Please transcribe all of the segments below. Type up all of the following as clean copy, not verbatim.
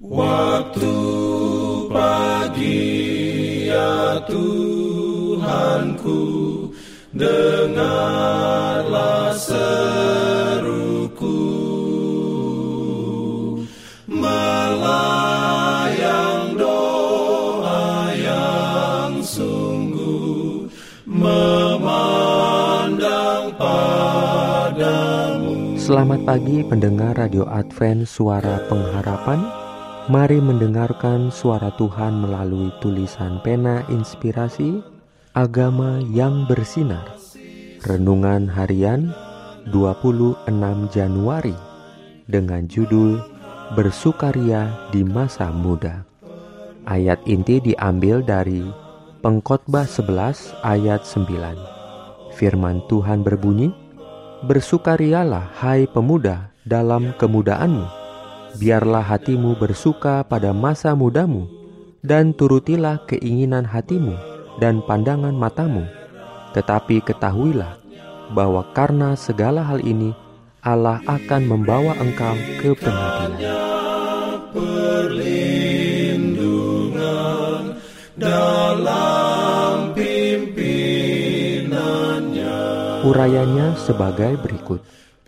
Waktu pagi ya Tuhanku, dengarlah seruku, melayang doa yang sungguh, memandang padamu. Selamat pagi pendengar Radio Advent Suara Pengharapan. Mari mendengarkan suara Tuhan melalui tulisan pena inspirasi Agama yang Bersinar. Renungan harian 26 Januari dengan judul Bersukaria di Masa Muda. Ayat inti diambil dari Pengkhotbah 11 ayat 9. Firman Tuhan berbunyi, "Bersukarialah hai pemuda dalam kemudaanmu. Biarlah hatimu bersuka pada masa mudamu, dan turutilah keinginan hatimu dan pandangan matamu. Tetapi ketahuilah bahwa karena segala hal ini, Allah akan membawa engkau ke pengadilan." Perlindungan dalam pimpinannya. Urayanya sebagai berikut.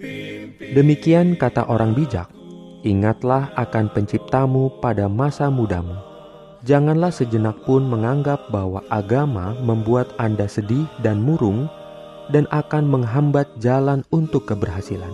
Demikian kata orang bijak, ingatlah akan penciptamu pada masa mudamu. Janganlah sejenak pun menganggap bahwa agama membuat Anda sedih dan murung dan akan menghambat jalan untuk keberhasilan.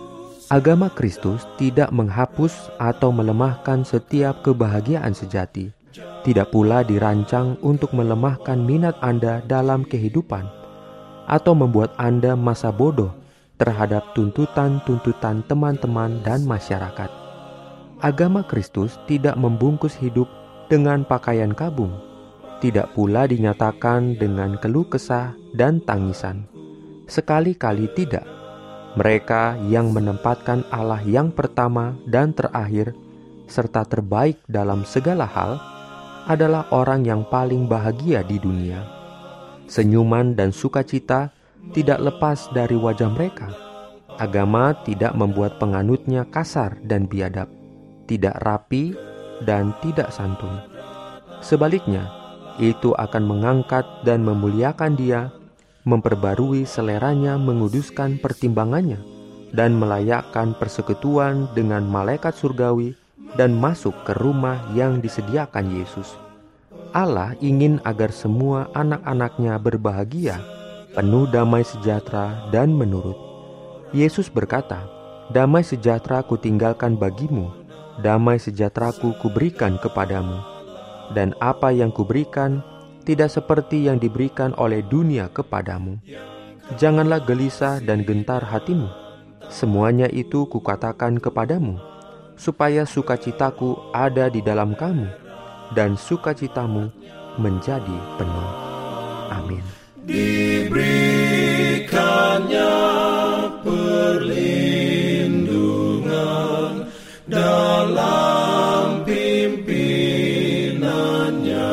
Agama Kristus tidak menghapus atau melemahkan setiap kebahagiaan sejati. Tidak pula dirancang untuk melemahkan minat Anda dalam kehidupan atau membuat Anda masa bodoh terhadap tuntutan-tuntutan teman-teman dan masyarakat. Agama Kristus tidak membungkus hidup dengan pakaian kabung, tidak pula dinyatakan dengan keluh kesah dan tangisan. Sekali-kali tidak. Mereka yang menempatkan Allah yang pertama dan terakhir, serta terbaik dalam segala hal, adalah orang yang paling bahagia di dunia. Senyuman dan sukacita tidak lepas dari wajah mereka. Agama tidak membuat penganutnya kasar dan biadab, tidak rapi dan tidak santun. Sebaliknya, itu akan mengangkat dan memuliakan dia, memperbarui seleranya, menguduskan pertimbangannya, dan melayakkan persekutuan dengan malaikat surgawi dan masuk ke rumah yang disediakan Yesus. Allah ingin agar semua anak-anaknya berbahagia, penuh damai sejahtera dan menurut. Yesus berkata, "Damai sejahtera kutinggalkan bagimu, damai sejahteraku kuberikan kepadamu. Dan apa yang kuberikan tidak seperti yang diberikan oleh dunia kepadamu. Janganlah gelisah dan gentar hatimu. Semuanya itu kukatakan kepadamu, supaya sukacitaku ada di dalam kamu, dan sukacitamu menjadi penuh." Amin. Diberikannya perlindungan dalam pimpinannya.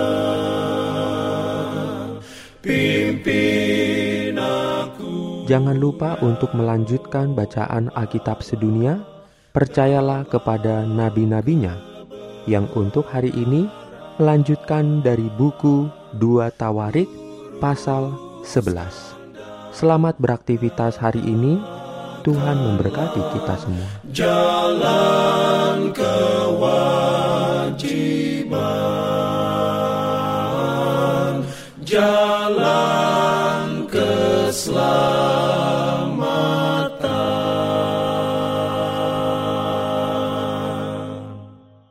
Pimpin aku. Jangan lupa untuk melanjutkan bacaan Alkitab sedunia. Percayalah kepada nabi-nabinya, yang untuk hari ini melanjutkan dari buku 2 Tawarik pasal 11. Selamat beraktivitas hari ini. Tuhan memberkati kita semua. Jalan kewajiban, jalan keselamatan.